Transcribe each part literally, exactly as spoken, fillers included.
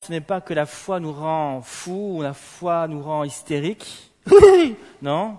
Ce n'est pas que la foi nous rend fous ou la foi nous rend hystériques. Non.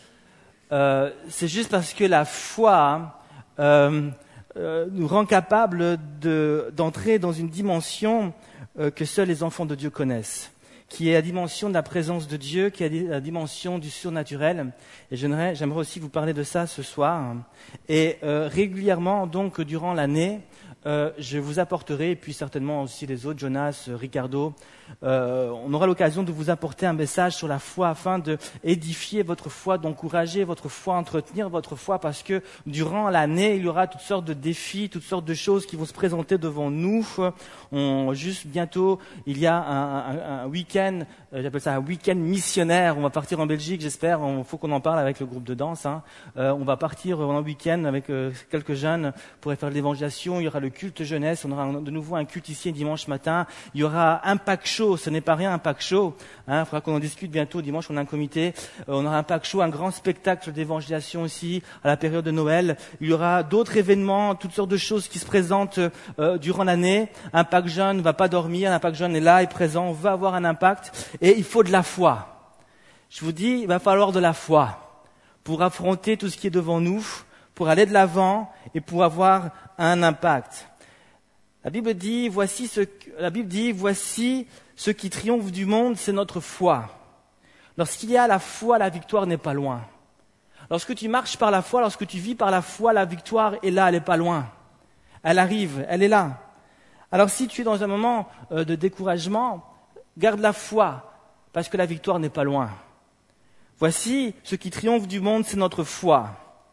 Euh, c'est juste parce que la foi euh, euh, nous rend capables de, d'entrer dans une dimension euh, que seuls les enfants de Dieu connaissent, qui est la dimension de la présence de Dieu, qui est la dimension du surnaturel. Et j'aimerais, j'aimerais aussi vous parler de ça ce soir. Et euh, régulièrement, donc, durant l'année, Euh, je vous apporterai, et puis certainement aussi les autres, Jonas, Ricardo, euh, on aura l'occasion de vous apporter un message sur la foi afin de édifier votre foi, d'encourager votre foi, entretenir votre foi, parce que durant l'année, il y aura toutes sortes de défis, toutes sortes de choses qui vont se présenter devant nous. On, juste bientôt, il y a un, un, un week-end, euh, j'appelle ça un week-end missionnaire. On va partir en Belgique, j'espère. Il faut qu'on en parle avec le groupe de danse. Hein. Euh, on va partir en week-end avec euh, quelques jeunes pour faire de l'évangélisation. Il y aura le culte jeunesse, on aura de nouveau un culte ici dimanche matin, il y aura un pack show, ce n'est pas rien un pack show, hein, il faudra qu'on en discute bientôt, dimanche on a un comité, euh, on aura un pack show, un grand spectacle d'évangélisation aussi à la période de Noël, il y aura d'autres événements, toutes sortes de choses qui se présentent euh, durant l'année, un pack jeune ne va pas dormir, un pack jeune est là, est présent, on va avoir un impact, et il faut de la foi. Je vous dis, il va falloir de la foi pour affronter tout ce qui est devant nous, pour aller de l'avant et pour avoir un impact. La Bible dit, voici ce, la Bible dit, voici ce qui triomphe du monde, c'est notre foi. Lorsqu'il y a la foi, la victoire n'est pas loin. Lorsque tu marches par la foi, lorsque tu vis par la foi, la victoire est là, elle n'est pas loin. Elle arrive, elle est là. Alors si tu es dans un moment euh, de découragement, garde la foi, parce que la victoire n'est pas loin. Voici ce qui triomphe du monde, c'est notre foi.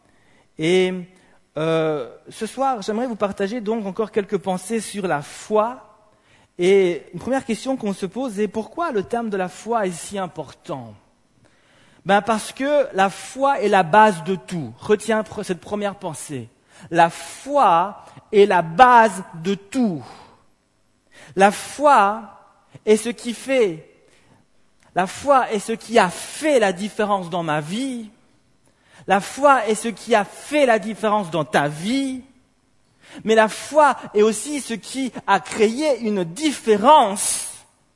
Et euh, ce soir, j'aimerais vous partager donc encore quelques pensées sur la foi. Et une première question qu'on se pose est pourquoi le terme de la foi est si important ? Ben parce que la foi est la base de tout. Retiens cette première pensée. La foi est la base de tout. La foi est ce qui fait, la foi est ce qui a fait la différence dans ma vie. La foi est ce qui a fait la différence dans ta vie, mais la foi est aussi ce qui a créé une différence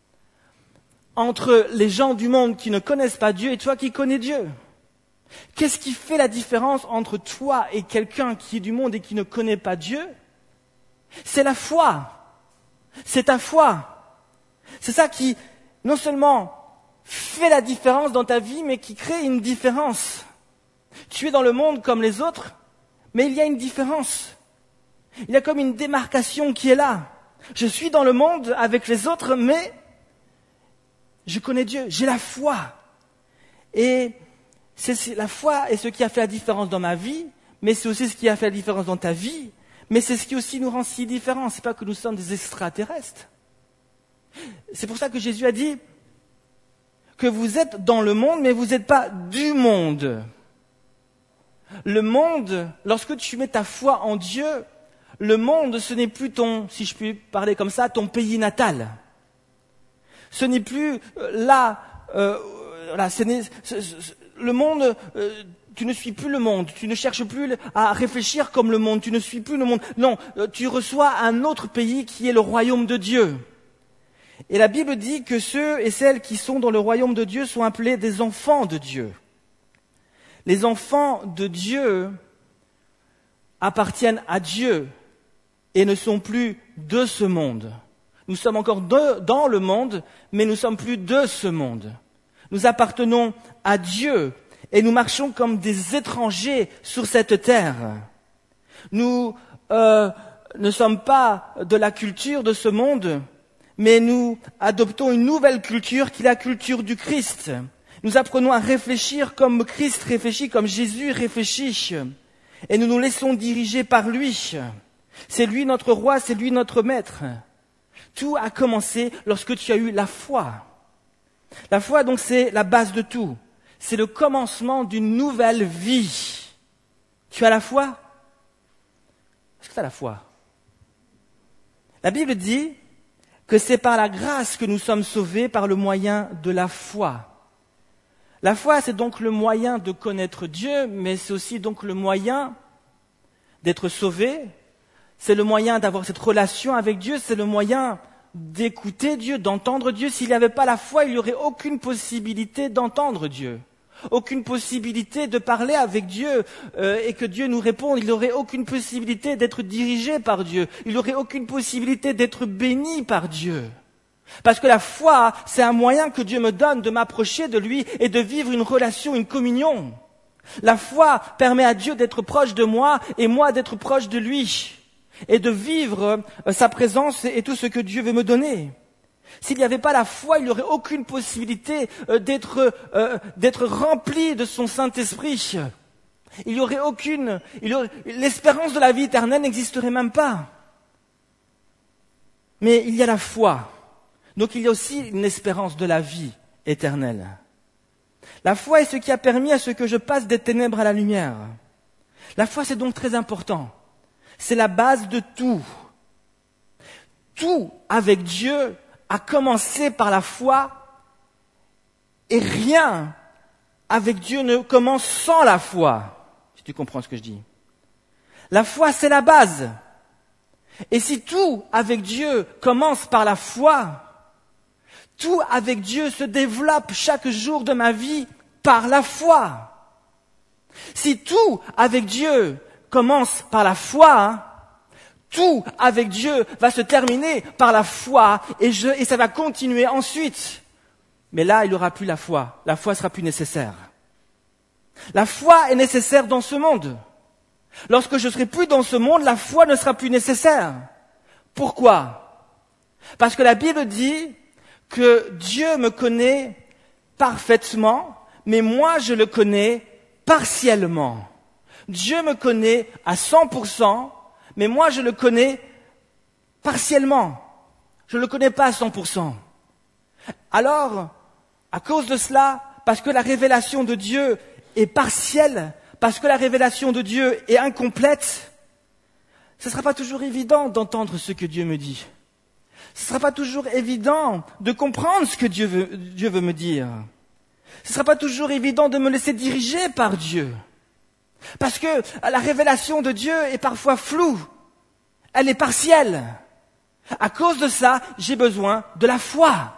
entre les gens du monde qui ne connaissent pas Dieu et toi qui connais Dieu. Qu'est-ce qui fait la différence entre toi et quelqu'un qui est du monde et qui ne connaît pas Dieu ? C'est la foi. C'est ta foi. C'est ça qui, non seulement fait la différence dans ta vie, mais qui crée une différence. Tu es dans le monde comme les autres, mais il y a une différence. Il y a comme une démarcation qui est là. Je suis dans le monde avec les autres, mais je connais Dieu, j'ai la foi. Et c'est, la foi est ce qui a fait la différence dans ma vie, mais c'est aussi ce qui a fait la différence dans ta vie, mais c'est ce qui aussi nous rend si différents. C'est pas que nous sommes des extraterrestres. C'est pour ça que Jésus a dit que vous êtes dans le monde, mais vous n'êtes pas du monde. Le monde, lorsque tu mets ta foi en Dieu, le monde, ce n'est plus ton, si je puis parler comme ça, ton pays natal. Ce n'est plus euh, là, euh, voilà, ce n'est, ce, ce, le monde, euh, tu ne suis plus le monde, tu ne cherches plus à réfléchir comme le monde, tu ne suis plus le monde. Non, euh, tu reçois un autre pays qui est le royaume de Dieu. Et la Bible dit que ceux et celles qui sont dans le royaume de Dieu sont appelés des enfants de Dieu. Les enfants de Dieu appartiennent à Dieu et ne sont plus de ce monde. Nous sommes encore de, dans le monde, mais nous ne sommes plus de ce monde. Nous appartenons à Dieu et nous marchons comme des étrangers sur cette terre. Nous euh, ne sommes pas de la culture de ce monde, mais nous adoptons une nouvelle culture qui est la culture du Christ. Nous apprenons à réfléchir comme Christ réfléchit, comme Jésus réfléchit. Et nous nous laissons diriger par lui. C'est lui notre roi, c'est lui notre maître. Tout a commencé lorsque tu as eu la foi. La foi, donc, c'est la base de tout. C'est le commencement d'une nouvelle vie. Tu as la foi ? Est-ce que tu as la foi ? La Bible dit que c'est par la grâce que nous sommes sauvés par le moyen de la foi. La foi, c'est donc le moyen de connaître Dieu, mais c'est aussi donc le moyen d'être sauvé. C'est le moyen d'avoir cette relation avec Dieu, c'est le moyen d'écouter Dieu, d'entendre Dieu. S'il n'y avait pas la foi, il n'y aurait aucune possibilité d'entendre Dieu. Aucune possibilité de parler avec Dieu euh, et que Dieu nous réponde. Il n'aurait aucune possibilité d'être dirigé par Dieu. Il n'aurait aucune possibilité d'être béni par Dieu. Parce que la foi, c'est un moyen que Dieu me donne de m'approcher de lui et de vivre une relation, une communion. La foi permet à Dieu d'être proche de moi et moi d'être proche de lui et de vivre sa présence et tout ce que Dieu veut me donner. S'il n'y avait pas la foi, il n'y aurait aucune possibilité d'être, euh, d'être rempli de son Saint-Esprit. Il n'y aurait aucune, il y aurait, l'espérance de la vie éternelle n'existerait même pas. Mais il y a la foi. Donc il y a aussi une espérance de la vie éternelle. La foi est ce qui a permis à ce que je passe des ténèbres à la lumière. La foi, c'est donc très important. C'est la base de tout. Tout avec Dieu a commencé par la foi et rien avec Dieu ne commence sans la foi. Si tu comprends ce que je dis. La foi, c'est la base. Et si tout avec Dieu commence par la foi, tout avec Dieu se développe chaque jour de ma vie par la foi. Si tout avec Dieu commence par la foi, hein, tout avec Dieu va se terminer par la foi et, je, et ça va continuer ensuite. Mais là, il n'y aura plus la foi. La foi sera plus nécessaire. La foi est nécessaire dans ce monde. Lorsque je serai plus dans ce monde, la foi ne sera plus nécessaire. Pourquoi ? Parce que la Bible dit que Dieu me connaît parfaitement, mais moi je le connais partiellement. Dieu me connaît à cent pour cent, mais moi je le connais partiellement. Je ne le connais pas à cent pour cent. Alors, à cause de cela, parce que la révélation de Dieu est partielle, parce que la révélation de Dieu est incomplète, ce ne sera pas toujours évident d'entendre ce que Dieu me dit. Ce ne sera pas toujours évident de comprendre ce que Dieu veut, Dieu veut me dire. Ce ne sera pas toujours évident de me laisser diriger par Dieu. Parce que la révélation de Dieu est parfois floue. Elle est partielle. À cause de ça, j'ai besoin de la foi.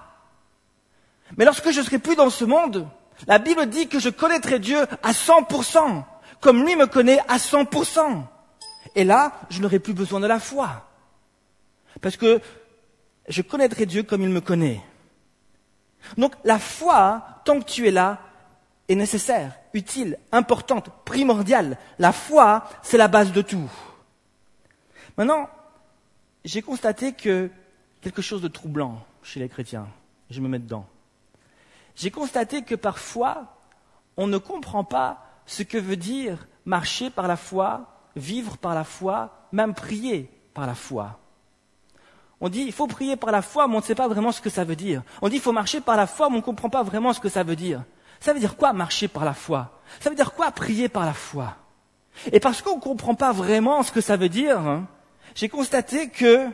Mais lorsque je ne serai plus dans ce monde, la Bible dit que je connaîtrai Dieu à cent pour cent, comme lui me connaît à cent pour cent. Et là, je n'aurai plus besoin de la foi. Parce que je connaîtrai Dieu comme il me connaît. Donc la foi, tant que tu es là, est nécessaire, utile, importante, primordiale. La foi, c'est la base de tout. Maintenant, j'ai constaté que quelque chose de troublant chez les chrétiens, je me mets dedans. J'ai constaté que parfois, on ne comprend pas ce que veut dire marcher par la foi, vivre par la foi, même prier par la foi. On dit, il faut prier par la foi, mais on ne sait pas vraiment ce que ça veut dire. On dit, il faut marcher par la foi, mais on ne comprend pas vraiment ce que ça veut dire. Ça veut dire quoi, marcher par la foi ? Ça veut dire quoi, prier par la foi ? Et parce qu'on ne comprend pas vraiment ce que ça veut dire, hein, j'ai constaté que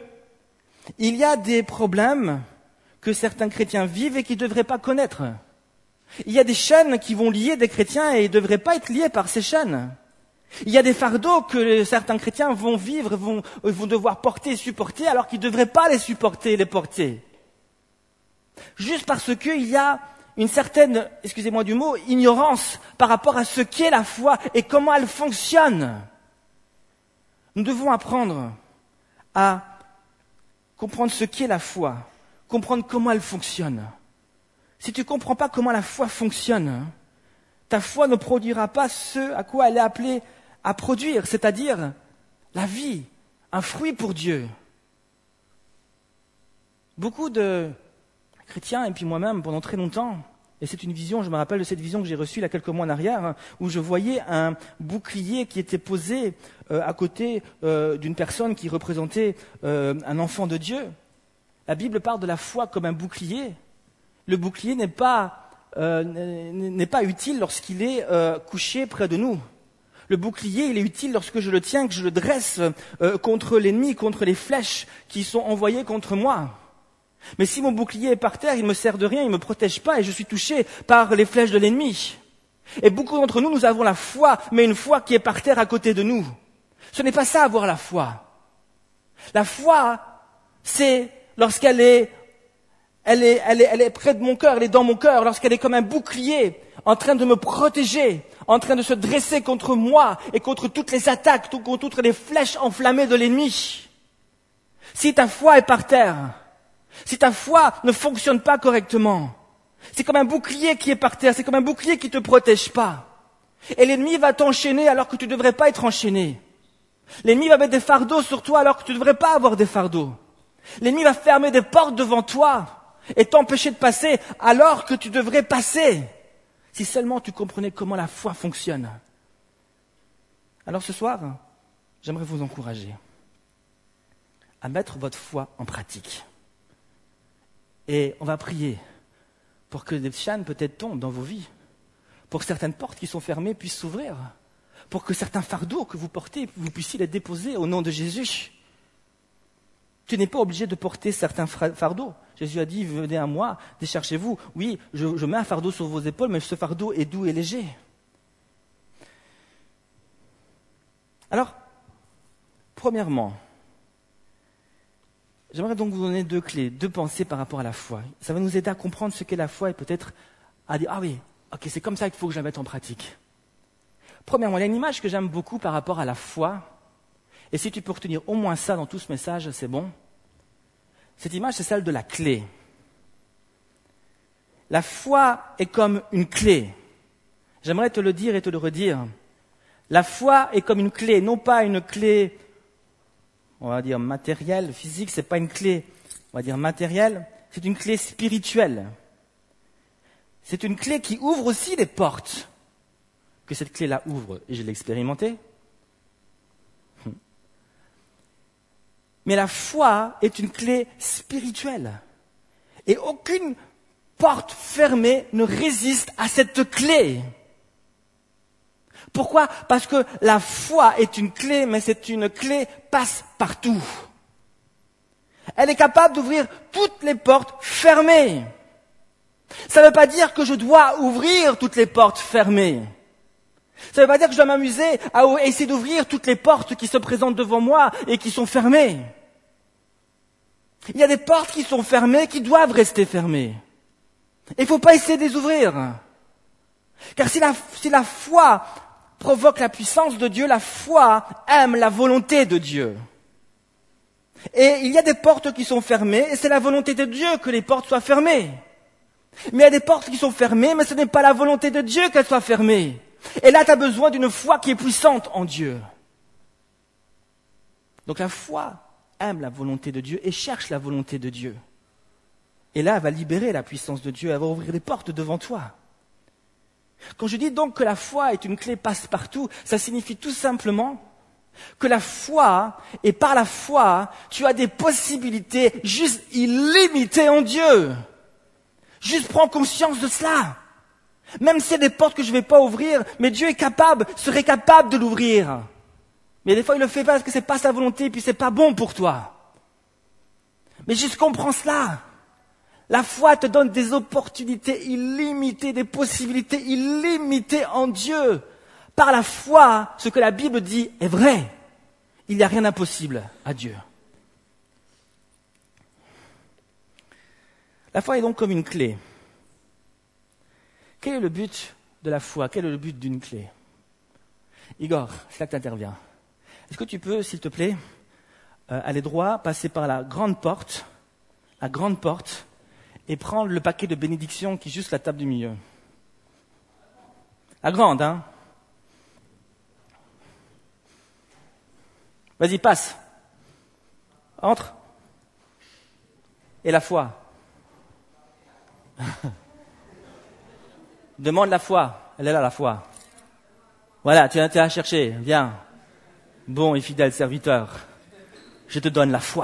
il y a des problèmes que certains chrétiens vivent et qu'ils ne devraient pas connaître. Il y a des chaînes qui vont lier des chrétiens et ils ne devraient pas être liés par ces chaînes. Il y a des fardeaux que certains chrétiens vont vivre, vont, vont devoir porter et supporter, alors qu'ils ne devraient pas les supporter et les porter. Juste parce qu'il y a une certaine, excusez-moi du mot, ignorance par rapport à ce qu'est la foi et comment elle fonctionne. Nous devons apprendre à comprendre ce qu'est la foi, comprendre comment elle fonctionne. Si tu ne comprends pas comment la foi fonctionne, ta foi ne produira pas ce à quoi elle est appelée à produire, c'est-à-dire la vie, un fruit pour Dieu. Beaucoup de chrétiens, et puis moi-même, pendant très longtemps, et c'est une vision, je me rappelle de cette vision que j'ai reçue il y a quelques mois en arrière, où je voyais un bouclier qui était posé euh, à côté euh, d'une personne qui représentait euh, un enfant de Dieu. La Bible parle de la foi comme un bouclier. Le bouclier n'est pas, euh, n'est pas utile lorsqu'il est euh, couché près de nous. Le bouclier, il est utile lorsque je le tiens, que je le dresse euh, contre l'ennemi, contre les flèches qui sont envoyées contre moi. Mais si mon bouclier est par terre, il ne me sert de rien, il ne me protège pas et je suis touché par les flèches de l'ennemi. Et beaucoup d'entre nous, nous avons la foi, mais une foi qui est par terre à côté de nous. Ce n'est pas ça avoir la foi. La foi, c'est lorsqu'elle est, elle est, elle est, elle est près de mon cœur, elle est dans mon cœur, lorsqu'elle est comme un bouclier, en train de me protéger, en train de se dresser contre moi et contre toutes les attaques, contre toutes les flèches enflammées de l'ennemi. Si ta foi est par terre, si ta foi ne fonctionne pas correctement, c'est comme un bouclier qui est par terre, c'est comme un bouclier qui ne te protège pas. Et l'ennemi va t'enchaîner alors que tu ne devrais pas être enchaîné. L'ennemi va mettre des fardeaux sur toi alors que tu ne devrais pas avoir des fardeaux. L'ennemi va fermer des portes devant toi et t'empêcher de passer alors que tu devrais passer. Si seulement tu comprenais comment la foi fonctionne. Alors ce soir, j'aimerais vous encourager à mettre votre foi en pratique. Et on va prier pour que des chaînes peut-être tombent dans vos vies, pour que certaines portes qui sont fermées puissent s'ouvrir, pour que certains fardeaux que vous portez, vous puissiez les déposer au nom de Jésus. Tu n'es pas obligé de porter certains fardeaux. Jésus a dit, venez à moi, déchargez-vous. Oui, je, je mets un fardeau sur vos épaules, mais ce fardeau est doux et léger. Alors, premièrement, j'aimerais donc vous donner deux clés, deux pensées par rapport à la foi. Ça va nous aider à comprendre ce qu'est la foi et peut-être à dire, ah oui, ok, c'est comme ça qu'il faut que je la mette en pratique. Premièrement, il y a une image que j'aime beaucoup par rapport à la foi. Et si tu peux retenir au moins ça dans tout ce message, c'est bon. Cette image, c'est celle de la clé. La foi est comme une clé. J'aimerais te le dire et te le redire. La foi est comme une clé, non pas une clé, on va dire matérielle, physique, c'est pas une clé, on va dire matérielle, c'est une clé spirituelle. C'est une clé qui ouvre aussi les portes que cette clé-là ouvre, et je l'ai expérimenté. Mais la foi est une clé spirituelle. Et aucune porte fermée ne résiste à cette clé. Pourquoi ? Parce que la foi est une clé, mais c'est une clé passe-partout. Elle est capable d'ouvrir toutes les portes fermées. Ça ne veut pas dire que je dois ouvrir toutes les portes fermées. Ça ne veut pas dire que je dois m'amuser à essayer d'ouvrir toutes les portes qui se présentent devant moi et qui sont fermées. Il y a des portes qui sont fermées, qui doivent rester fermées. Il ne faut pas essayer de les ouvrir. Car si la, si la foi provoque la puissance de Dieu, la foi aime la volonté de Dieu. Et il y a des portes qui sont fermées, et c'est la volonté de Dieu que les portes soient fermées. Mais il y a des portes qui sont fermées, mais ce n'est pas la volonté de Dieu qu'elles soient fermées. Et là, tu as besoin d'une foi qui est puissante en Dieu. Donc la foi aime la volonté de Dieu et cherche la volonté de Dieu. Et là, elle va libérer la puissance de Dieu, elle va ouvrir les portes devant toi. Quand je dis donc que la foi est une clé passe-partout, ça signifie tout simplement que la foi, et par la foi, tu as des possibilités juste illimitées en Dieu. Juste prends conscience de cela. Même s'il y a des portes que je ne vais pas ouvrir, mais Dieu est capable, serait capable de l'ouvrir. Mais des fois, il ne le fait pas parce que ce n'est pas sa volonté et puis ce n'est pas bon pour toi. Mais juste comprends cela. La foi te donne des opportunités illimitées, des possibilités illimitées en Dieu. Par la foi, ce que la Bible dit est vrai. Il n'y a rien d'impossible à Dieu. La foi est donc comme une clé. Quel est le but de la foi ? Quel est le but d'une clé ? Igor, c'est là que tu interviens. Est-ce que tu peux, s'il te plaît, euh, aller droit, passer par la grande porte, la grande porte, et prendre le paquet de bénédictions qui est juste la table du milieu. La grande, hein ? Vas-y, passe. Entre. Et la foi. Demande la foi. Elle est là, la foi. Voilà, tu as intérêt à chercher. Viens. Bon et fidèle serviteur. Je te donne la foi.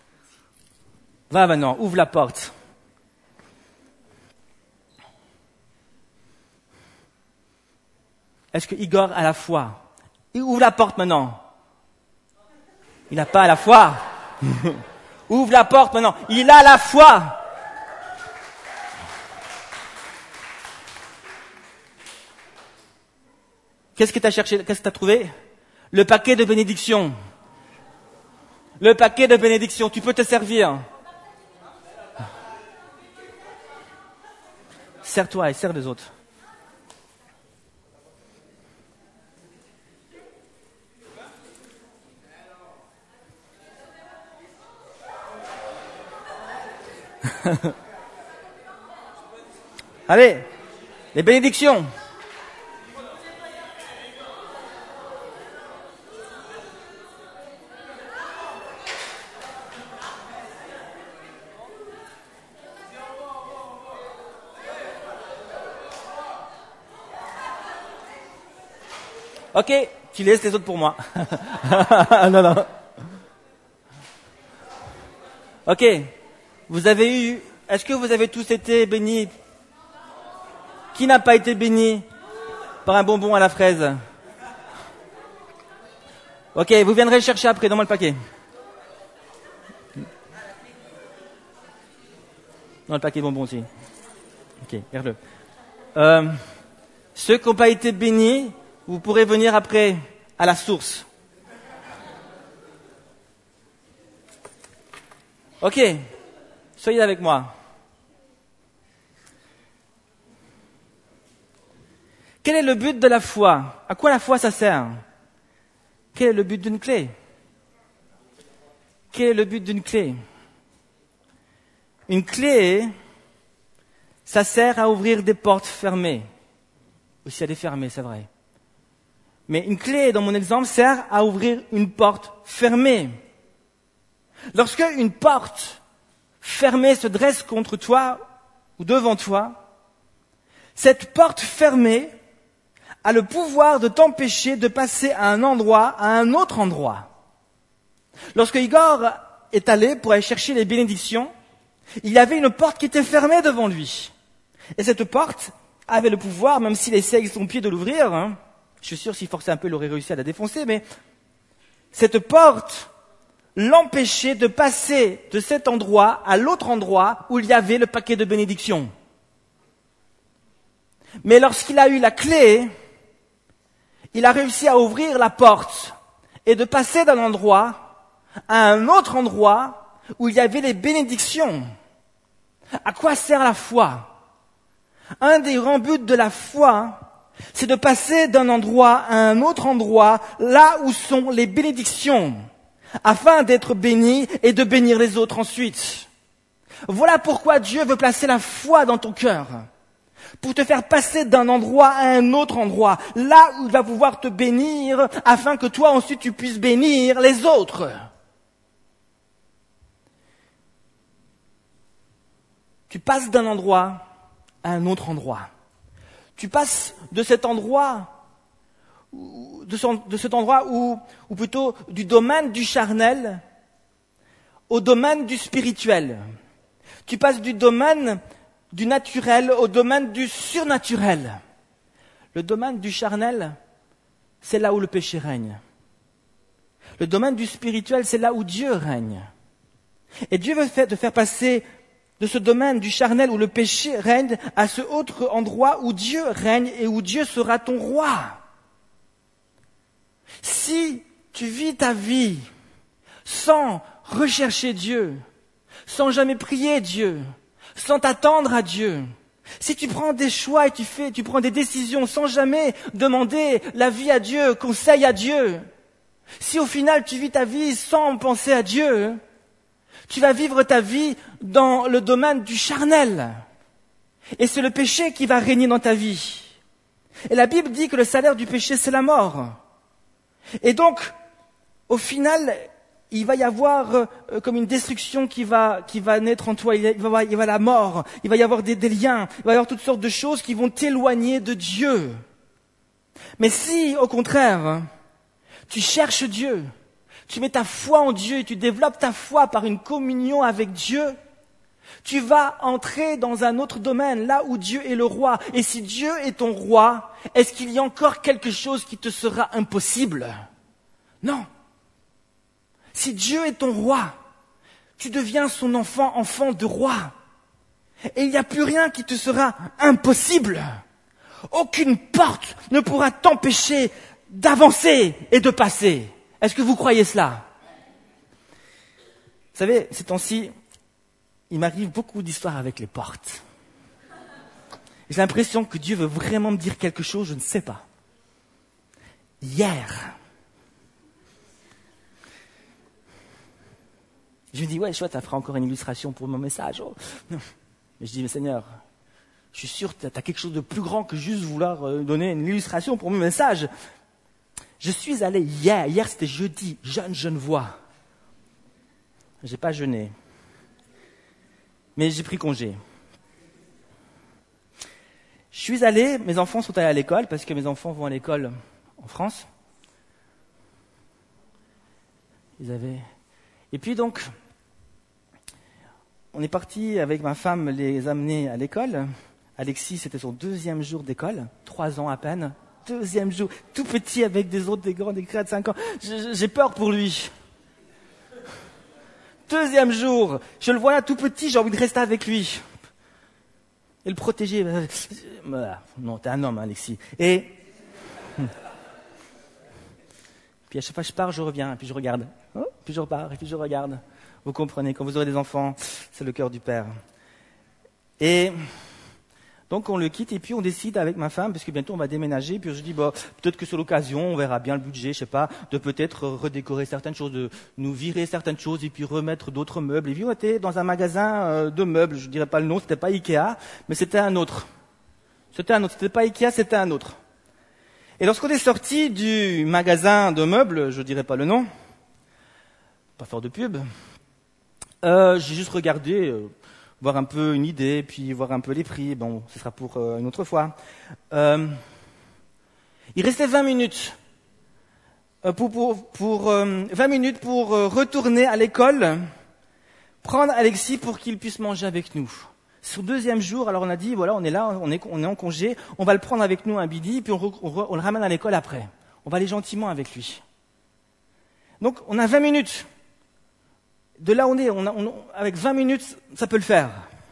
Va maintenant, ouvre la porte. Est-ce que Igor a la foi ? Il ouvre la porte maintenant. Il n'a pas la foi. Ouvre la porte maintenant. Il a la foi. Qu'est-ce que tu as cherché ? Qu'est-ce que tu as trouvé ? Le paquet de bénédictions. Le paquet de bénédictions. Tu peux te servir. Serre-toi et serre les autres. Allez, les bénédictions. Ok, tu laisses les autres pour moi. non, non. Ok, vous avez eu... Est-ce que vous avez tous été bénis? Qui n'a pas été béni par un bonbon à la fraise? Ok, vous viendrez le chercher après, donne-moi le paquet. Dans le paquet bonbon aussi. Ok, regarde-le. Euh, ceux qui n'ont pas été bénis, vous pourrez venir après à la source. Ok, soyez avec moi. Quel est le but de la foi? À quoi la foi ça sert? Quel est le but d'une clé? Quel est le but d'une clé? Une clé, ça sert à ouvrir des portes fermées. Aussi à les fermer, c'est vrai. Mais une clé, dans mon exemple, sert à ouvrir une porte fermée. Lorsque une porte fermée se dresse contre toi ou devant toi, cette porte fermée a le pouvoir de t'empêcher de passer à un endroit, à un autre endroit. Lorsque Igor est allé pour aller chercher les bénédictions, il y avait une porte qui était fermée devant lui. Et cette porte avait le pouvoir, même s'il essayait avec son pied de l'ouvrir, hein, je suis sûr s'il forçait un peu, il aurait réussi à la défoncer, mais cette porte l'empêchait de passer de cet endroit à l'autre endroit où il y avait le paquet de bénédictions. Mais lorsqu'il a eu la clé, il a réussi à ouvrir la porte et de passer d'un endroit à un autre endroit où il y avait les bénédictions. À quoi sert la foi? Un des grands buts de la foi, c'est de passer d'un endroit à un autre endroit, là où sont les bénédictions, afin d'être béni et de bénir les autres ensuite. Voilà pourquoi Dieu veut placer la foi dans ton cœur. Pour te faire passer d'un endroit à un autre endroit, là où il va pouvoir te bénir, afin que toi ensuite tu puisses bénir les autres. Tu passes d'un endroit à un autre endroit. Tu passes de cet endroit, de, son, de cet endroit où, ou plutôt du domaine du charnel au domaine du spirituel. Tu passes du domaine du naturel au domaine du surnaturel. Le domaine du charnel, c'est là où le péché règne. Le domaine du spirituel, c'est là où Dieu règne. Et Dieu veut faire, te faire passer de ce domaine du charnel où le péché règne à ce autre endroit où Dieu règne et où Dieu sera ton roi. Si tu vis ta vie sans rechercher Dieu, sans jamais prier Dieu, sans t'attendre à Dieu, si tu prends des choix et tu fais, tu prends des décisions sans jamais demander l'avis à Dieu, conseil à Dieu, si au final tu vis ta vie sans penser à Dieu, tu vas vivre ta vie dans le domaine du charnel. Et c'est le péché qui va régner dans ta vie. Et la Bible dit que le salaire du péché, c'est la mort. Et donc, au final, il va y avoir euh, comme une destruction qui va, qui va naître en toi. Il va y avoir, il va y avoir la mort, il va y avoir des, des liens, il va y avoir toutes sortes de choses qui vont t'éloigner de Dieu. Mais si, au contraire, tu cherches Dieu, tu mets ta foi en Dieu et tu développes ta foi par une communion avec Dieu, tu vas entrer dans un autre domaine, là où Dieu est le roi. Et si Dieu est ton roi, est-ce qu'il y a encore quelque chose qui te sera impossible? Non. Si Dieu est ton roi, tu deviens son enfant, enfant de roi. Et il n'y a plus rien qui te sera impossible. Aucune porte ne pourra t'empêcher d'avancer et de passer. Est-ce que vous croyez cela? Vous savez, ces temps-ci, il m'arrive beaucoup d'histoires avec les portes. J'ai l'impression que Dieu veut vraiment me dire quelque chose, je ne sais pas. Hier, je me dis, ouais, chouette, ça fera encore une illustration pour mon message. Oh. Mais je dis, mais Seigneur, je suis sûr que tu as quelque chose de plus grand que juste vouloir donner une illustration pour mon message. Je suis allé hier, hier c'était jeudi, jeune Genevois. J'ai pas jeûné, mais j'ai pris congé. Je suis allé, mes enfants sont allés à l'école, parce que mes enfants vont à l'école en France. Ils avaient... Et puis donc, on est parti avec ma femme les amener à l'école. Alexis, c'était son deuxième jour d'école, trois ans à peine. Deuxième jour, tout petit avec des autres, des grands, des créats de cinq ans. J'ai peur pour lui. Deuxième jour, je le vois là tout petit, j'ai envie de rester avec lui. Et le protéger. Non, t'es un homme, hein, Alexis. Et puis à chaque fois que je pars, je reviens, et puis je regarde. Oh, puis je repars, et puis je regarde. Vous comprenez, quand vous aurez des enfants, c'est le cœur du Père. Et donc on le quitte, et puis on décide avec ma femme, parce que bientôt on va déménager, puis je dis, bah, peut-être que c'est l'occasion, on verra bien le budget, je sais pas, de peut-être redécorer certaines choses, de nous virer certaines choses, et puis remettre d'autres meubles. Et puis on était dans un magasin euh, de meubles, je dirais pas le nom, c'était pas Ikea, mais c'était un autre. C'était un autre, c'était pas Ikea, c'était un autre. Et lorsqu'on est sorti du magasin de meubles, je dirais pas le nom, pas faire de pub, euh, j'ai juste regardé, euh, voir un peu une idée, puis voir un peu les prix. Bon, ce sera pour euh, une autre fois. Euh, il restait vingt minutes euh, pour, pour, pour euh, vingt minutes pour euh, retourner à l'école, prendre Alexis pour qu'il puisse manger avec nous. Sur le deuxième jour, alors on a dit, voilà, on est là, on est, on est en congé, on va le prendre avec nous un midi, puis on, on, on le ramène à l'école après. On va aller gentiment avec lui. Donc, on a vingt minutes. De là où on est, on a, on, avec vingt minutes, ça peut le faire.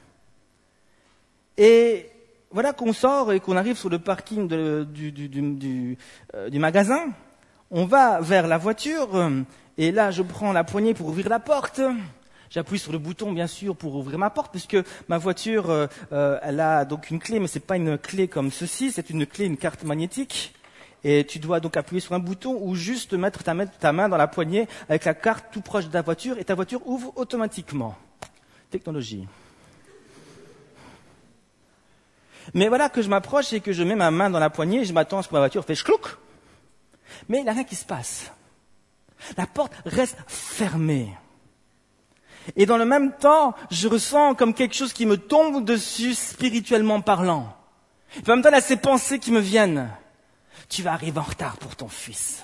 Et voilà qu'on sort et qu'on arrive sur le parking de, du, du, du, du, euh, du magasin. On va vers la voiture, et là, je prends la poignée pour ouvrir la porte. J'appuie sur le bouton, bien sûr, pour ouvrir ma porte, puisque ma voiture, euh, euh, elle a donc une clé, mais c'est pas une clé comme ceci, c'est une clé, une carte magnétique. Et tu dois donc appuyer sur un bouton ou juste mettre ta main, ta main dans la poignée avec la carte tout proche de ta voiture, et ta voiture ouvre automatiquement. Technologie. Mais voilà que je m'approche et que je mets ma main dans la poignée, et je m'attends à ce que ma voiture fasse chlouc. Mais il n'y a rien qui se passe. La porte reste fermée. Et dans le même temps, je ressens comme quelque chose qui me tombe dessus spirituellement parlant. Et en même temps, il y a ces pensées qui me viennent. Tu vas arriver en retard pour ton fils.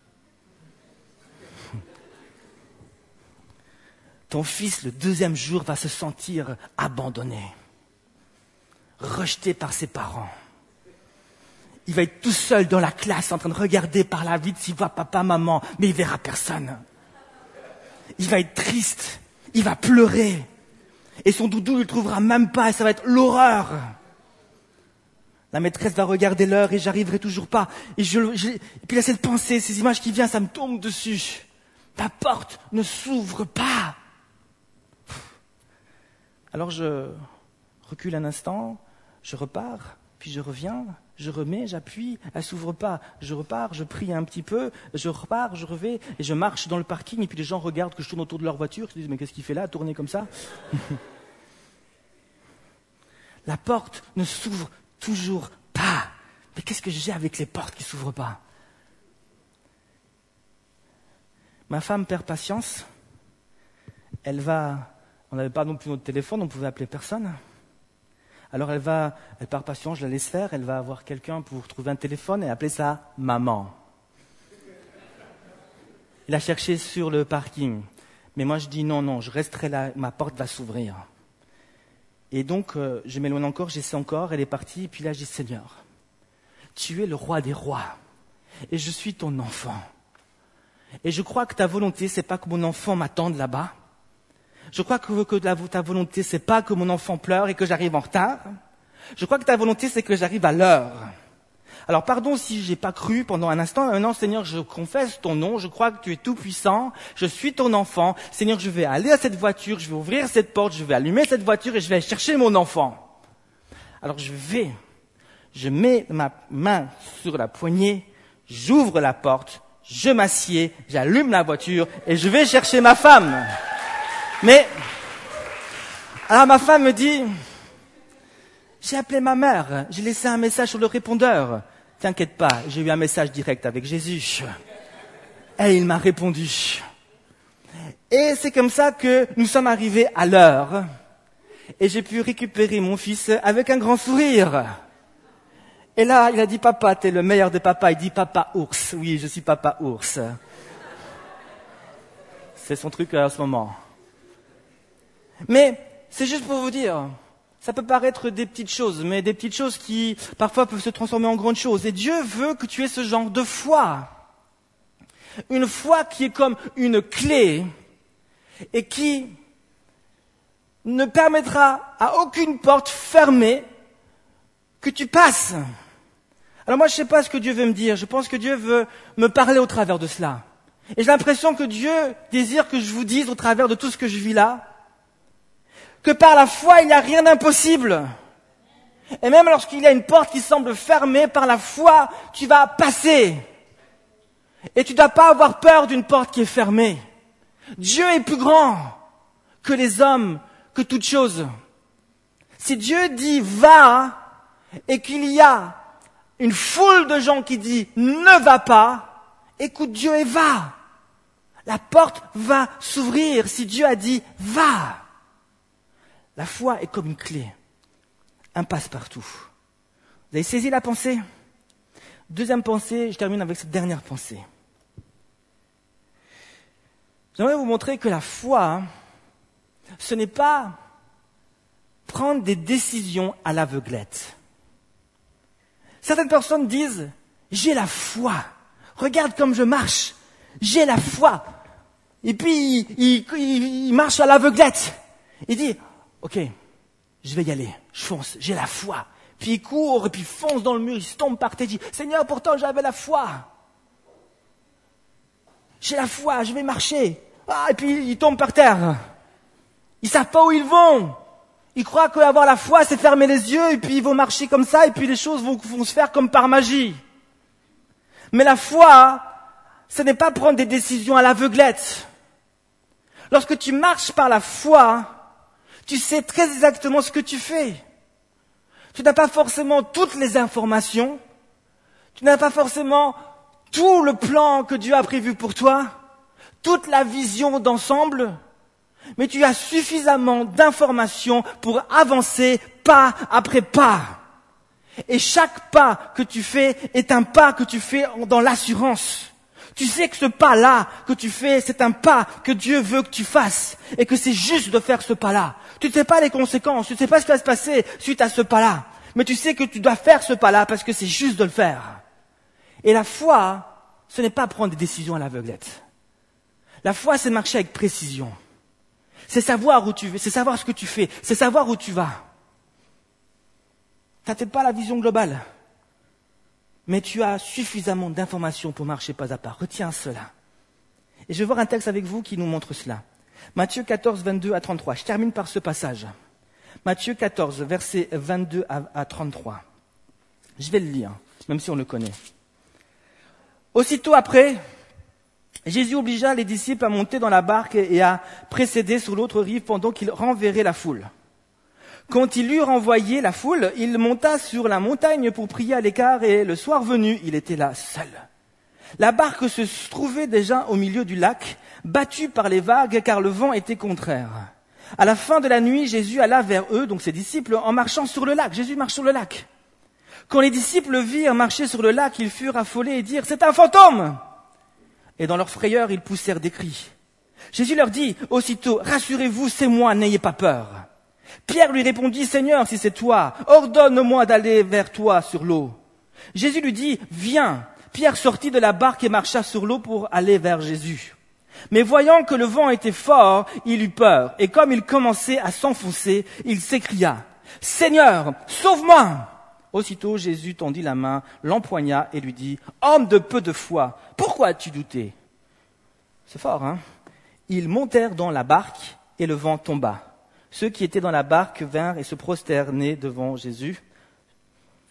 Ton fils, le deuxième jour, va se sentir abandonné, rejeté par ses parents. Il va être tout seul dans la classe en train de regarder par la vitre s'il voit papa, maman, mais il verra personne. Il va être triste, il va pleurer. Et son doudou, il ne le trouvera même pas et ça va être l'horreur. La maîtresse va regarder l'heure et j'arriverai toujours pas. Et, je, je, et puis il y a cette pensée, ces images qui viennent, ça me tombe dessus. La porte ne s'ouvre pas. Alors je recule un instant, je repars, puis je reviens, je remets, j'appuie, elle s'ouvre pas. Je repars, je prie un petit peu, je repars, je reviens, et je marche dans le parking, et puis les gens regardent que je tourne autour de leur voiture, ils se disent, mais qu'est-ce qu'il fait là, tourner comme ça? La porte ne s'ouvre toujours pas. Mais qu'est-ce que j'ai avec les portes qui ne s'ouvrent pas? Ma femme perd patience. Elle va... On n'avait pas non plus notre téléphone, on pouvait appeler personne. Alors elle va... Elle perd patience, je la laisse faire. Elle va avoir quelqu'un pour trouver un téléphone et appeler ça maman. Il a cherché sur le parking. Mais moi je dis non, non, je resterai là, ma porte va s'ouvrir. Et donc, euh, je m'éloigne encore, j'essaie encore, elle est partie, et puis là, je dis, Seigneur, tu es le roi des rois, et je suis ton enfant. Et je crois que ta volonté, c'est pas que mon enfant m'attende là-bas. Je crois que, que la, ta volonté, c'est pas que mon enfant pleure et que j'arrive en retard. Je crois que ta volonté, c'est que j'arrive à l'heure. Alors, pardon si j'ai pas cru pendant un instant. Maintenant, Seigneur, je confesse ton nom. Je crois que tu es tout puissant. Je suis ton enfant. Seigneur, je vais aller à cette voiture. Je vais ouvrir cette porte. Je vais allumer cette voiture et je vais aller chercher mon enfant. Alors je vais, je mets ma main sur la poignée, j'ouvre la porte, je m'assieds, j'allume la voiture et je vais chercher ma femme. Mais, alors ma femme me dit, j'ai appelé ma mère, j'ai laissé un message sur le répondeur. T'inquiète pas, j'ai eu un message direct avec Jésus. Et il m'a répondu. Et c'est comme ça que nous sommes arrivés à l'heure. Et j'ai pu récupérer mon fils avec un grand sourire. Et là, il a dit, papa, t'es le meilleur des papas. Il dit, papa ours. Oui, je suis papa ours. C'est son truc à ce moment. Mais c'est juste pour vous dire, ça peut paraître des petites choses, mais des petites choses qui parfois peuvent se transformer en grandes choses. Et Dieu veut que tu aies ce genre de foi. Une foi qui est comme une clé et qui ne permettra à aucune porte fermée que tu passes. Alors moi, je ne sais pas ce que Dieu veut me dire. Je pense que Dieu veut me parler au travers de cela. Et j'ai l'impression que Dieu désire que je vous dise au travers de tout ce que je vis là, que par la foi, il n'y a rien d'impossible. Et même lorsqu'il y a une porte qui semble fermée, par la foi, tu vas passer. Et tu ne dois pas avoir peur d'une porte qui est fermée. Dieu est plus grand que les hommes, que toute chose. Si Dieu dit va, et qu'il y a une foule de gens qui disent ne va pas, écoute Dieu et va. La porte va s'ouvrir si Dieu a dit va. La foi est comme une clé, un passe-partout. Vous avez saisi la pensée? Deuxième pensée, je termine avec cette dernière pensée. J'aimerais vous montrer que la foi, ce n'est pas prendre des décisions à l'aveuglette. Certaines personnes disent, j'ai la foi, regarde comme je marche, j'ai la foi. Et puis, il, il, il marche à l'aveuglette. Il dit, ok, je vais y aller, je fonce, j'ai la foi. Puis il court, et puis il fonce dans le mur, il se tombe par terre, il dit, Seigneur, pourtant j'avais la foi. J'ai la foi, je vais marcher. Ah, et puis il tombe par terre. Ils savent pas où ils vont. Ils croient qu'avoir la foi, c'est fermer les yeux, et puis ils vont marcher comme ça, et puis les choses vont, vont se faire comme par magie. Mais la foi, ce n'est pas prendre des décisions à l'aveuglette. Lorsque tu marches par la foi, tu sais très exactement ce que tu fais. Tu n'as pas forcément toutes les informations. Tu n'as pas forcément tout le plan que Dieu a prévu pour toi, toute la vision d'ensemble, mais tu as suffisamment d'informations pour avancer pas après pas. Et chaque pas que tu fais est un pas que tu fais dans l'assurance. Tu sais que ce pas-là que tu fais, c'est un pas que Dieu veut que tu fasses et que c'est juste de faire ce pas-là. Tu ne sais pas les conséquences, tu ne sais pas ce qui va se passer suite à ce pas-là, mais tu sais que tu dois faire ce pas-là parce que c'est juste de le faire. Et la foi, ce n'est pas prendre des décisions à l'aveuglette. La foi, c'est marcher avec précision. C'est savoir où tu vas, c'est savoir ce que tu fais, c'est savoir où tu vas. Tu n'as peut-être pas la vision globale, mais tu as suffisamment d'informations pour marcher pas à pas. Retiens cela. Et je vais voir un texte avec vous qui nous montre cela. Matthieu quatorze, vingt-deux à trente-trois. Je termine par ce passage. Matthieu quatorze, versets vingt-deux à trente-trois. Je vais le lire, même si on le connaît. Aussitôt après, Jésus obligea les disciples à monter dans la barque et à précéder sur l'autre rive pendant qu'il renverrait la foule. Quand il eut renvoyé la foule, il monta sur la montagne pour prier à l'écart et le soir venu, il était là seul. La barque se trouvait déjà au milieu du lac, battue par les vagues car le vent était contraire. À la fin de la nuit, Jésus alla vers eux, donc ses disciples, en marchant sur le lac. Jésus marche sur le lac. Quand les disciples le virent marcher sur le lac, ils furent affolés et dirent « C'est un fantôme !» Et dans leur frayeur, ils poussèrent des cris. Jésus leur dit aussitôt « Rassurez-vous, c'est moi, n'ayez pas peur !» Pierre lui répondit « Seigneur, si c'est toi, ordonne-moi d'aller vers toi sur l'eau. » Jésus lui dit « Viens !» Pierre sortit de la barque et marcha sur l'eau pour aller vers Jésus. Mais voyant que le vent était fort, il eut peur. Et comme il commençait à s'enfoncer, il s'écria « Seigneur, sauve-moi !» Aussitôt Jésus tendit la main, l'empoigna et lui dit « Homme de peu de foi, pourquoi as-tu douté ?» C'est fort, hein? Ils montèrent dans la barque et le vent tomba. Ceux qui étaient dans la barque vinrent et se prosternaient devant Jésus.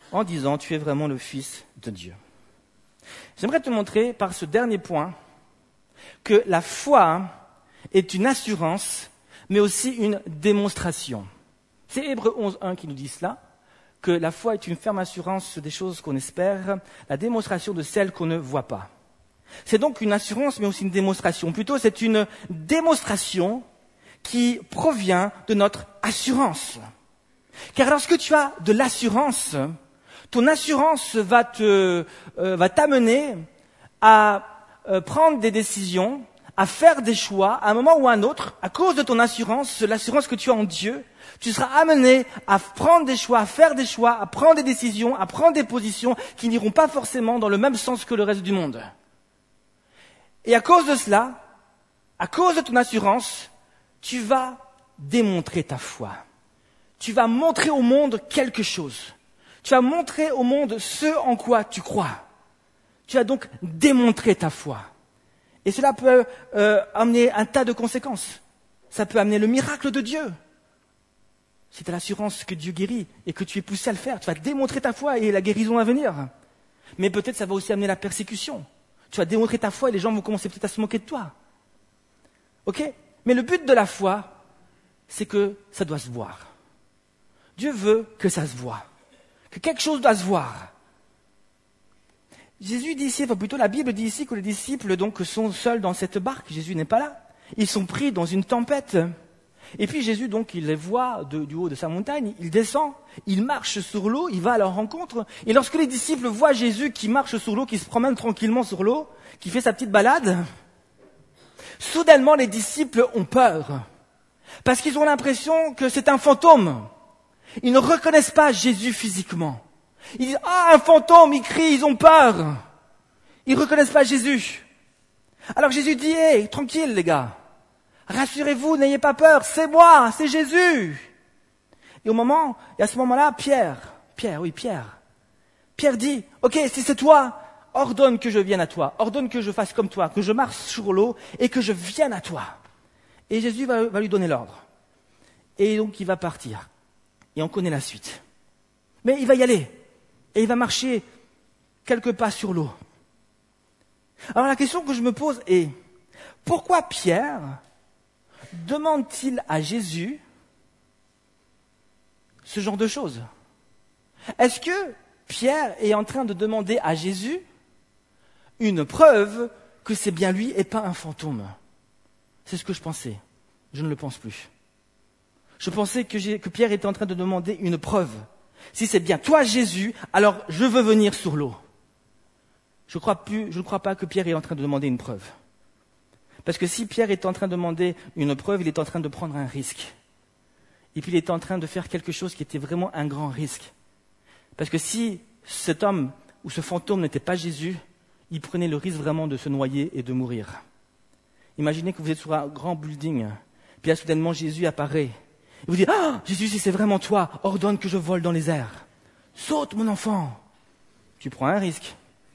en disant « Tu es vraiment le Fils de Dieu ». J'aimerais te montrer par ce dernier point que la foi est une assurance, mais aussi une démonstration. C'est Hébreux onze, un qui nous dit cela, que la foi est une ferme assurance des choses qu'on espère, la démonstration de celles qu'on ne voit pas. C'est donc une assurance, mais aussi une démonstration. Plutôt, c'est une démonstration qui provient de notre assurance. Car lorsque tu as de l'assurance, ton assurance va te, euh, va t'amener à euh, prendre des décisions, à faire des choix, à un moment ou à un autre, à cause de ton assurance, l'assurance que tu as en Dieu, tu seras amené à prendre des choix, à faire des choix, à prendre des décisions, à prendre des positions qui n'iront pas forcément dans le même sens que le reste du monde. Et à cause de cela, à cause de ton assurance, tu vas démontrer ta foi. Tu vas montrer au monde quelque chose. Tu vas montrer au monde ce en quoi tu crois. Tu vas donc démontrer ta foi. Et cela peut euh, amener un tas de conséquences. Ça peut amener le miracle de Dieu. Si tu as l'assurance que Dieu guérit et que tu es poussé à le faire, tu vas démontrer ta foi et la guérison à venir. Mais peut-être ça va aussi amener la persécution. Tu vas démontrer ta foi et les gens vont commencer peut-être à se moquer de toi. Ok ? Mais le but de la foi, c'est que ça doit se voir. Dieu veut que ça se voie. Que quelque chose doit se voir. Jésus dit ici, enfin plutôt la Bible dit ici que les disciples donc sont seuls dans cette barque. Jésus n'est pas là. Ils sont pris dans une tempête. Et puis Jésus donc il les voit de, du haut de sa montagne. Il descend, il marche sur l'eau, il va à leur rencontre. Et lorsque les disciples voient Jésus qui marche sur l'eau, qui se promène tranquillement sur l'eau, qui fait sa petite balade, soudainement les disciples ont peur. Parce qu'ils ont l'impression que c'est un fantôme. Ils ne reconnaissent pas Jésus physiquement. Ils disent « Ah, un fantôme !» Ils crient, ils ont peur. Ils ne reconnaissent pas Jésus. Alors Jésus dit « Hé, hey, tranquille les gars, rassurez-vous, n'ayez pas peur, c'est moi, c'est Jésus !» Et au moment, et à ce moment-là, Pierre, Pierre, oui, Pierre, Pierre dit « Ok, si c'est toi, ordonne que je vienne à toi, ordonne que je fasse comme toi, que je marche sur l'eau et que je vienne à toi. » Et Jésus va, va lui donner l'ordre. Et donc il va partir. Et on connaît la suite. Mais il va y aller. Et il va marcher quelques pas sur l'eau. Alors la question que je me pose est, pourquoi Pierre demande-t-il à Jésus ce genre de choses ? Est-ce que Pierre est en train de demander à Jésus une preuve que c'est bien lui et pas un fantôme ? C'est ce que je pensais. Je ne le pense plus. Je pensais que, j'ai, que Pierre était en train de demander une preuve. Si c'est bien toi, Jésus, alors je veux venir sur l'eau. Je, crois plus, je ne crois pas que Pierre est en train de demander une preuve. Parce que si Pierre est en train de demander une preuve, il est en train de prendre un risque. Et puis il est en train de faire quelque chose qui était vraiment un grand risque. Parce que si cet homme ou ce fantôme n'était pas Jésus, il prenait le risque vraiment de se noyer et de mourir. Imaginez que vous êtes sur un grand building, puis là soudainement Jésus apparaît. Et vous dites, ah, Jésus, si c'est vraiment toi, ordonne que je vole dans les airs. Saute, mon enfant. Tu prends un risque.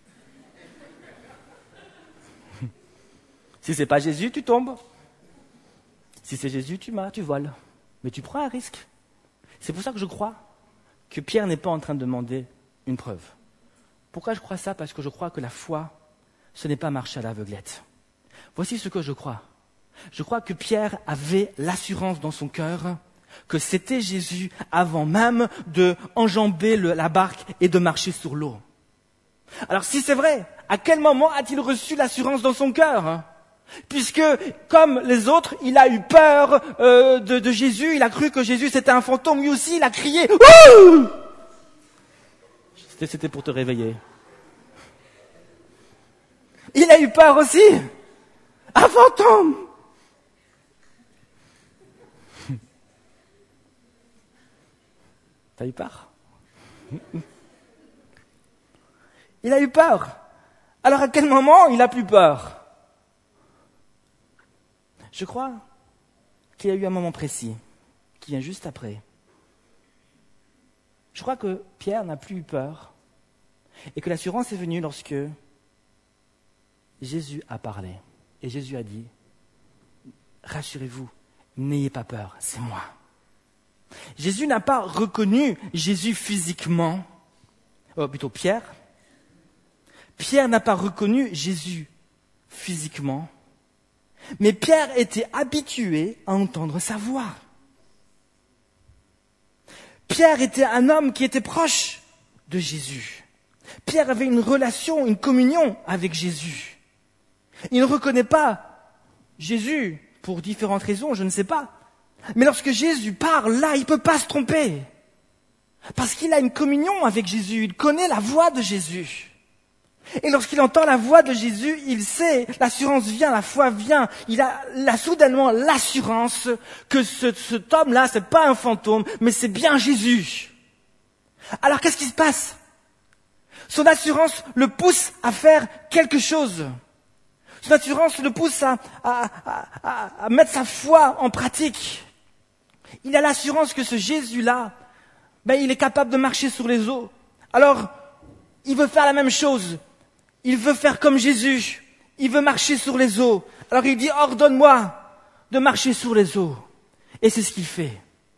Si c'est pas Jésus, tu tombes. Si c'est Jésus, tu m'as, tu voles. Mais tu prends un risque. C'est pour ça que je crois que Pierre n'est pas en train de demander une preuve. Pourquoi je crois ça ? Parce que je crois que la foi, ce n'est pas marcher à l'aveuglette. Voici ce que je crois. Je crois que Pierre avait l'assurance dans son cœur que c'était Jésus avant même de enjamber le, la barque et de marcher sur l'eau. Alors si c'est vrai, à quel moment a-t-il reçu l'assurance dans son cœur ? Puisque, comme les autres, il a eu peur euh, de, de Jésus, il a cru que Jésus c'était un fantôme, lui aussi il a crié. Ouh ! C'était, c'était pour te réveiller. Il a eu peur aussi. Un fantôme. T'as eu peur ? Il a eu peur. Alors à quel moment il a plus peur ? Je crois qu'il y a eu un moment précis, qui vient juste après. Je crois que Pierre n'a plus eu peur et que l'assurance est venue lorsque Jésus a parlé. Et Jésus a dit, rassurez-vous, n'ayez pas peur, c'est moi. Jésus n'a pas reconnu Jésus physiquement, oh, plutôt Pierre. Pierre n'a pas reconnu Jésus physiquement, mais Pierre était habitué à entendre sa voix. Pierre était un homme qui était proche de Jésus. Pierre avait une relation, une communion avec Jésus. Il ne reconnaît pas Jésus pour différentes raisons, je ne sais pas. Mais lorsque Jésus parle, là, il ne peut pas se tromper. Parce qu'il a une communion avec Jésus, il connaît la voix de Jésus. Et lorsqu'il entend la voix de Jésus, il sait, l'assurance vient, la foi vient. Il a, il a soudainement l'assurance que ce, cet homme-là, c'est pas un fantôme, mais c'est bien Jésus. Alors qu'est-ce qui se passe? Son assurance le pousse à faire quelque chose. Son assurance le pousse à, à, à, à, à mettre sa foi en pratique. Il a l'assurance que ce Jésus-là, ben, il est capable de marcher sur les eaux. Alors, il veut faire la même chose. Il veut faire comme Jésus. Il veut marcher sur les eaux. Alors il dit, ordonne-moi de marcher sur les eaux. Et c'est ce qu'il fait.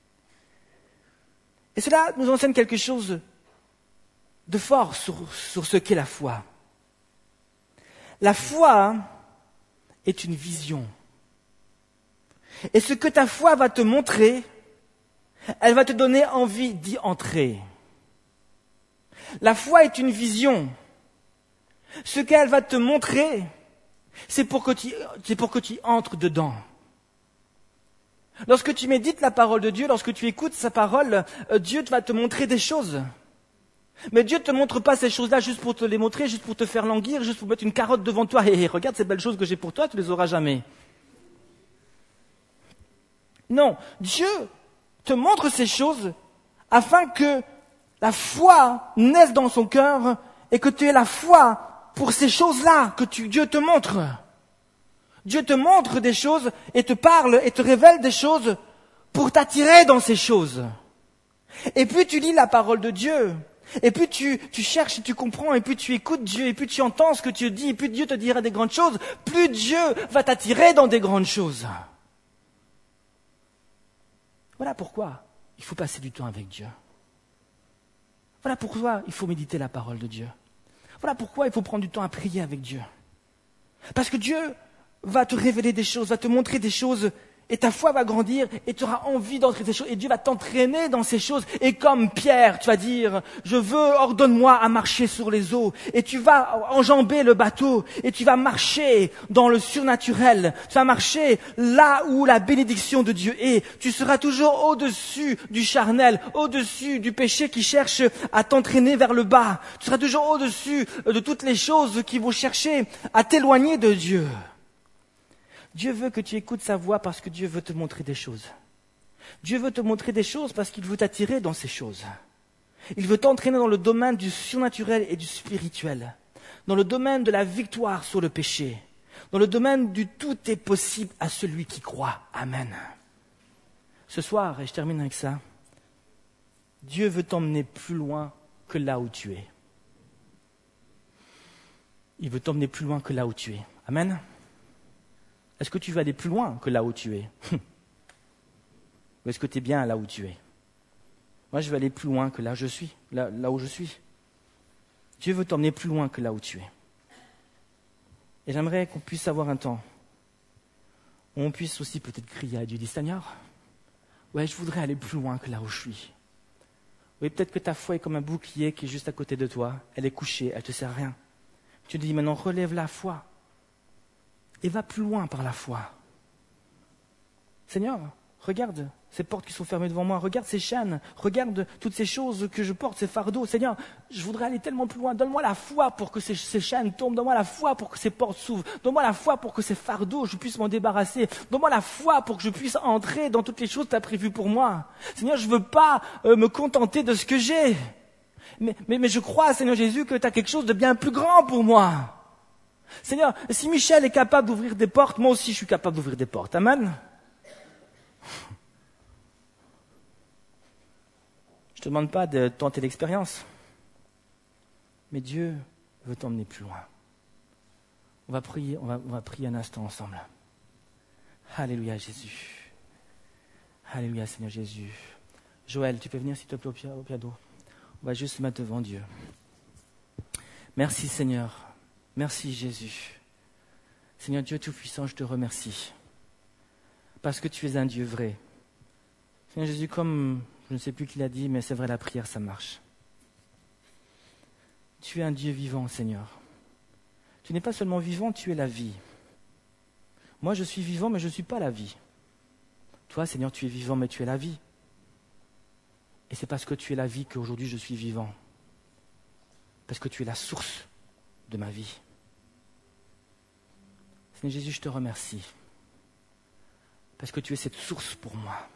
Et cela nous enseigne quelque chose de fort sur, sur ce qu'est la foi. La foi est une vision. Et ce que ta foi va te montrer, elle va te donner envie d'y entrer. La foi est une vision. Ce qu'elle va te montrer, c'est pour que tu, c'est pour que tu entres dedans. Lorsque tu médites la parole de Dieu, lorsque tu écoutes sa parole, Dieu va te montrer des choses. Mais Dieu ne te montre pas ces choses-là juste pour te les montrer, juste pour te faire languir, juste pour mettre une carotte devant toi. Et regarde ces belles choses que j'ai pour toi, tu les auras jamais. Non, Dieu te montre ces choses afin que la foi naisse dans son cœur et que tu aies la foi pour ces choses-là que tu, Dieu te montre. Dieu te montre des choses et te parle et te révèle des choses pour t'attirer dans ces choses. Et puis tu lis la parole de Dieu. Et puis tu, tu cherches et tu comprends, et puis tu écoutes Dieu, et puis tu entends ce que Dieu dit, et puis Dieu te dira des grandes choses, plus Dieu va t'attirer dans des grandes choses. Voilà pourquoi il faut passer du temps avec Dieu. Voilà pourquoi il faut méditer la parole de Dieu. Voilà pourquoi il faut prendre du temps à prier avec Dieu. Parce que Dieu va te révéler des choses, va te montrer des choses, et ta foi va grandir, et tu auras envie d'entrer dans ces choses, et Dieu va t'entraîner dans ces choses. Et comme Pierre, tu vas dire, je veux, ordonne-moi à marcher sur les eaux. Et tu vas enjamber le bateau, et tu vas marcher dans le surnaturel. Tu vas marcher là où la bénédiction de Dieu est. Tu seras toujours au-dessus du charnel, au-dessus du péché qui cherche à t'entraîner vers le bas. Tu seras toujours au-dessus de toutes les choses qui vont chercher à t'éloigner de Dieu. Dieu veut que tu écoutes sa voix parce que Dieu veut te montrer des choses. Dieu veut te montrer des choses parce qu'il veut t'attirer dans ces choses. Il veut t'entraîner dans le domaine du surnaturel et du spirituel, dans le domaine de la victoire sur le péché, dans le domaine du tout est possible à celui qui croit. Amen. Ce soir, et je termine avec ça, Dieu veut t'emmener plus loin que là où tu es. Il veut t'emmener plus loin que là où tu es. Amen. Est-ce que tu veux aller plus loin que là où tu es? Ou est-ce que tu es bien là où tu es? Moi, je veux aller plus loin que là où je suis, là, là où je suis. Dieu veut t'emmener plus loin que là où tu es. Et j'aimerais qu'on puisse avoir un temps où on puisse aussi peut-être crier à Dieu, dit Seigneur, ouais, je voudrais aller plus loin que là où je suis. Oui, peut-être que ta foi est comme un bouclier qui est juste à côté de toi. Elle est couchée, elle ne te sert à rien. Tu te dis maintenant, relève la foi. Et va plus loin par la foi. Seigneur, regarde ces portes qui sont fermées devant moi, regarde ces chaînes, regarde toutes ces choses que je porte, ces fardeaux. Seigneur, je voudrais aller tellement plus loin. Donne-moi la foi pour que ces, ces chaînes tombent. Donne-moi la foi pour que ces portes s'ouvrent. Donne-moi la foi pour que ces fardeaux, je puisse m'en débarrasser. Donne-moi la foi pour que je puisse entrer dans toutes les choses que tu as prévues pour moi. Seigneur, je ne veux pas euh, me contenter de ce que j'ai. Mais, mais, mais je crois, Seigneur Jésus, que tu as quelque chose de bien plus grand pour moi. Seigneur, si Michel est capable d'ouvrir des portes, moi aussi je suis capable d'ouvrir des portes. Amen. Je ne te demande pas de tenter l'expérience, mais Dieu veut t'emmener plus loin. On va prier, on va, on va prier un instant ensemble. Alléluia Jésus. Alléluia Seigneur Jésus. Joël, tu peux venir s'il te plaît au piano. On va juste se mettre devant Dieu. Merci Seigneur. Merci Jésus. Seigneur Dieu Tout-Puissant, je te remercie. Parce que tu es un Dieu vrai. Seigneur Jésus, comme je ne sais plus qui l'a dit, mais c'est vrai, la prière, ça marche. Tu es un Dieu vivant, Seigneur. Tu n'es pas seulement vivant, tu es la vie. Moi, je suis vivant, mais je ne suis pas la vie. Toi, Seigneur, tu es vivant, mais tu es la vie. Et c'est parce que tu es la vie qu'aujourd'hui je suis vivant. Parce que tu es la source de ma vie. Seigneur Jésus, je te remercie. Parce que tu es cette source pour moi.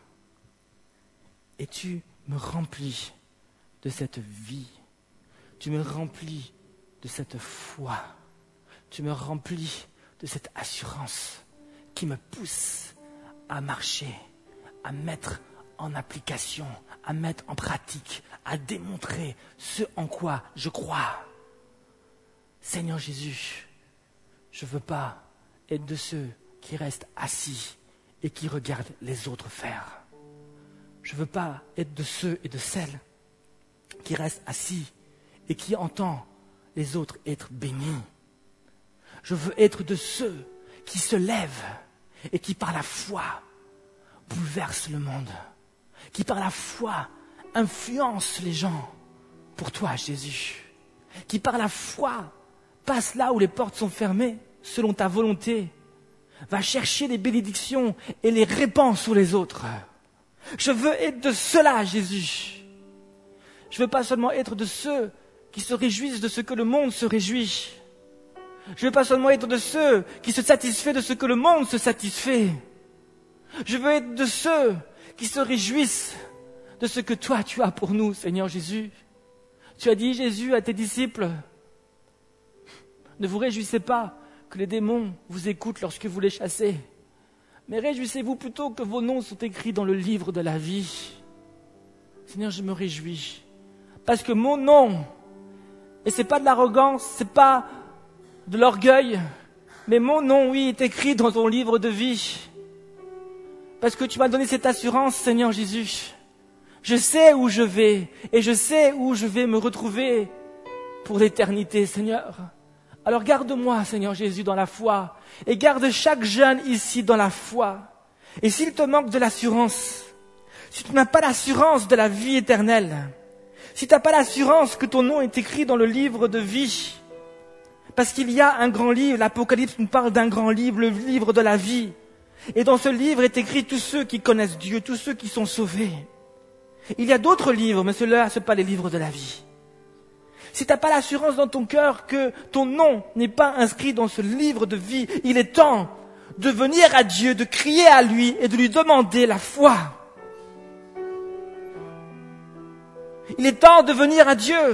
Et tu me remplis de cette vie. Tu me remplis de cette foi. Tu me remplis de cette assurance qui me pousse à marcher, à mettre en application, à mettre en pratique, à démontrer ce en quoi je crois. Seigneur Jésus, je ne veux pas être de ceux qui restent assis et qui regardent les autres faire. Je ne veux pas être de ceux et de celles qui restent assis et qui entendent les autres être bénis. Je veux être de ceux qui se lèvent et qui par la foi bouleversent le monde, qui par la foi influencent les gens pour toi, Jésus, qui par la foi passent là où les portes sont fermées, selon ta volonté, va chercher les bénédictions et les répand sur les autres. Je veux être de ceux-là, Jésus. Je ne veux pas seulement être de ceux qui se réjouissent de ce que le monde se réjouit. Je ne veux pas seulement être de ceux qui se satisfait de ce que le monde se satisfait. Je veux être de ceux qui se réjouissent de ce que toi tu as pour nous, Seigneur Jésus. Tu as dit, Jésus, à tes disciples, ne vous réjouissez pas que les démons vous écoutent lorsque vous les chassez, mais réjouissez-vous plutôt que vos noms sont écrits dans le livre de la vie. Seigneur, je me réjouis, parce que mon nom, et c'est pas de l'arrogance, c'est pas de l'orgueil, mais mon nom, oui, est écrit dans ton livre de vie. Parce que tu m'as donné cette assurance, Seigneur Jésus. Je sais où je vais, et je sais où je vais me retrouver pour l'éternité, Seigneur. Alors garde-moi, Seigneur Jésus, dans la foi, et garde chaque jeune ici dans la foi. Et s'il te manque de l'assurance, si tu n'as pas l'assurance de la vie éternelle, si tu n'as pas l'assurance que ton nom est écrit dans le livre de vie, parce qu'il y a un grand livre, l'Apocalypse nous parle d'un grand livre, le livre de la vie. Et dans ce livre est écrit tous ceux qui connaissent Dieu, tous ceux qui sont sauvés. Il y a d'autres livres, mais ceux-là, ce ne sont pas les livres de la vie. Si tu n'as pas l'assurance dans ton cœur que ton nom n'est pas inscrit dans ce livre de vie, il est temps de venir à Dieu, de crier à lui et de lui demander la foi. Il est temps de venir à Dieu.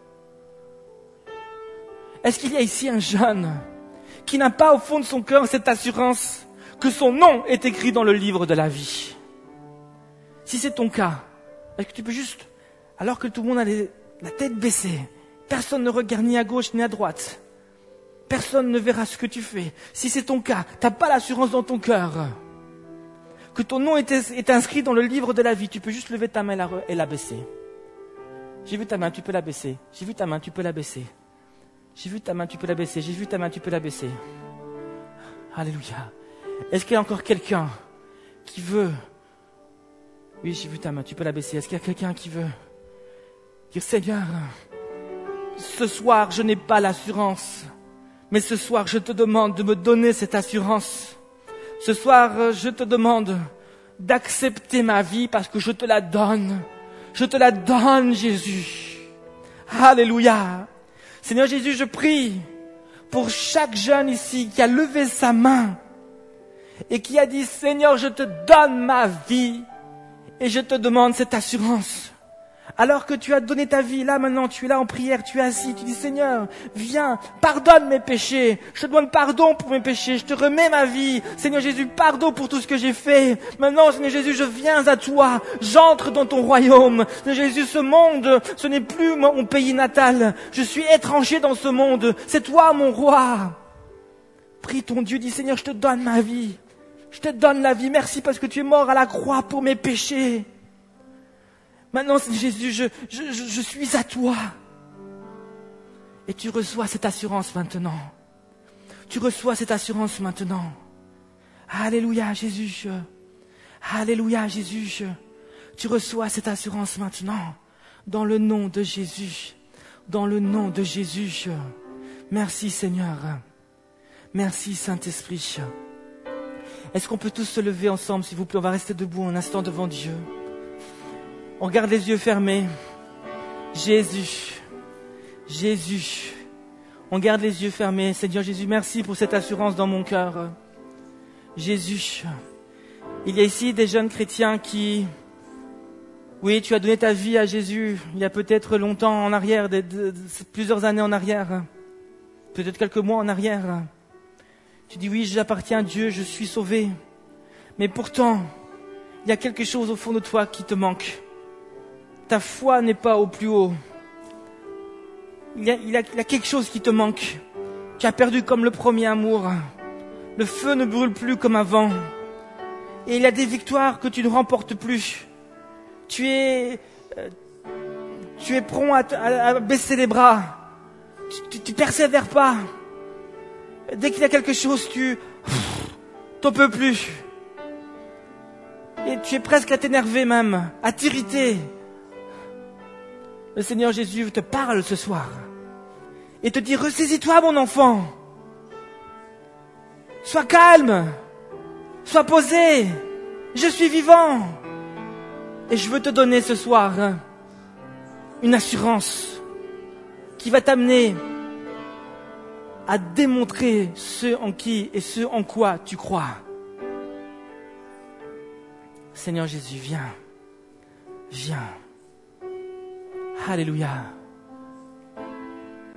Est-ce qu'il y a ici un jeune qui n'a pas au fond de son cœur cette assurance que son nom est écrit dans le livre de la vie? Si c'est ton cas, est-ce que tu peux juste, alors que tout le monde a les, la tête baissée, personne ne regarde ni à gauche ni à droite, personne ne verra ce que tu fais. Si c'est ton cas, tu n'as pas l'assurance dans ton cœur que ton nom est, est inscrit dans le livre de la vie, tu peux juste lever ta main et la, et la baisser. J'ai vu ta main, tu peux la baisser. J'ai vu ta main, tu peux la baisser. J'ai vu ta main, tu peux la baisser. J'ai vu ta main, tu peux la baisser. Alléluia. Est-ce qu'il y a encore quelqu'un qui veut... Oui, j'ai vu ta main, tu peux la baisser. Est-ce qu'il y a quelqu'un qui veut dire, Seigneur, ce soir, je n'ai pas l'assurance, mais ce soir, je te demande de me donner cette assurance. Ce soir, je te demande d'accepter ma vie parce que je te la donne. Je te la donne, Jésus. Alléluia. Seigneur Jésus, je prie pour chaque jeune ici qui a levé sa main et qui a dit, Seigneur, je te donne ma vie et je te demande cette assurance. Alors que tu as donné ta vie, là maintenant, tu es là en prière, tu es assis, tu dis, Seigneur, viens, pardonne mes péchés, je te demande pardon pour mes péchés, je te remets ma vie, Seigneur Jésus, pardon pour tout ce que j'ai fait. Maintenant, Seigneur Jésus, je viens à toi, j'entre dans ton royaume. Seigneur Jésus, ce monde, ce n'est plus mon pays natal, je suis étranger dans ce monde, c'est toi mon roi. Prie ton Dieu, dis, Seigneur, je te donne ma vie, je te donne la vie, merci parce que tu es mort à la croix pour mes péchés. Maintenant, Jésus, je, je, je, je suis à toi. Et tu reçois cette assurance maintenant. Tu reçois cette assurance maintenant. Alléluia, Jésus. Alléluia, Jésus. Tu reçois cette assurance maintenant. Dans le nom de Jésus. Dans le nom de Jésus. Merci, Seigneur. Merci, Saint-Esprit. Est-ce qu'on peut tous se lever ensemble, s'il vous plaît? On va rester debout un instant devant Dieu. On garde les yeux fermés. Jésus. Jésus. On garde les yeux fermés. Seigneur Jésus, merci pour cette assurance dans mon cœur. Jésus. Il y a ici des jeunes chrétiens qui... Oui, tu as donné ta vie à Jésus il y a peut-être longtemps en arrière, de, de, de, plusieurs années en arrière. Peut-être quelques mois en arrière. Tu dis oui, j'appartiens à Dieu, je suis sauvé. Mais pourtant, il y a quelque chose au fond de toi qui te manque. Ta foi n'est pas au plus haut. Il y a, il y a, il y a quelque chose qui te manque. Tu as perdu comme le premier amour. Le feu ne brûle plus comme avant. Et il y a des victoires que tu ne remportes plus. Tu es, euh, tu es prompt à, à, à baisser les bras. Tu, tu, tu persévères pas. Dès qu'il y a quelque chose, tu t'en peux plus. Et tu es presque à t'énerver même, à t'irriter. Le Seigneur Jésus te parle ce soir et te dit, ressaisis-toi mon enfant. Sois calme. Sois posé. Je suis vivant. Et je veux te donner ce soir une assurance qui va t'amener à démontrer ce en qui et ce en quoi tu crois. Seigneur Jésus, viens. Viens. Alléluia.